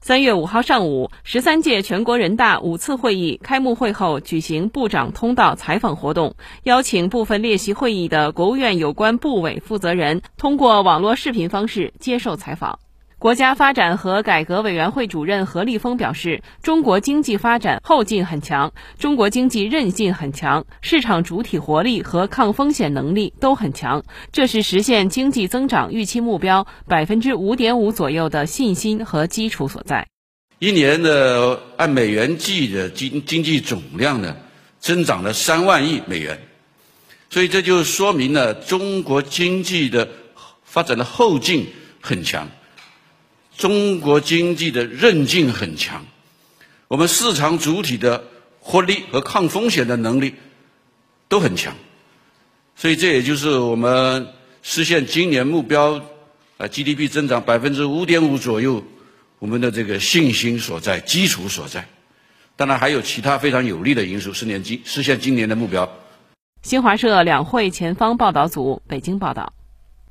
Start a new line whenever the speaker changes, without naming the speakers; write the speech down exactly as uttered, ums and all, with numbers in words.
三月五号上午，十三届全国人大五次会议开幕会后举行部长通道采访活动，邀请部分列席会议的国务院有关部委负责人通过网络视频方式接受采访。国家发展和改革委员会主任何立峰表示，中国经济发展后劲很强，中国经济韧性很强，市场主体活力和抗风险能力都很强，这是实现经济增长预期目标 百分之五点五 左右的信心和基础所在。
一年的按美元计的经经济总量呢，增长了三万亿美元，所以这就说明了中国经济的发展的后劲很强。中国经济的韧劲很强，我们市场主体的活力和抗风险的能力都很强，所以这也就是我们实现今年目标呃 G D P 增长 百分之五点五 左右我们的这个信心所在，基础所在。当然还有其他非常有利的因素，实现今实现今年的目标。
新华社两会前方报道组北京报道。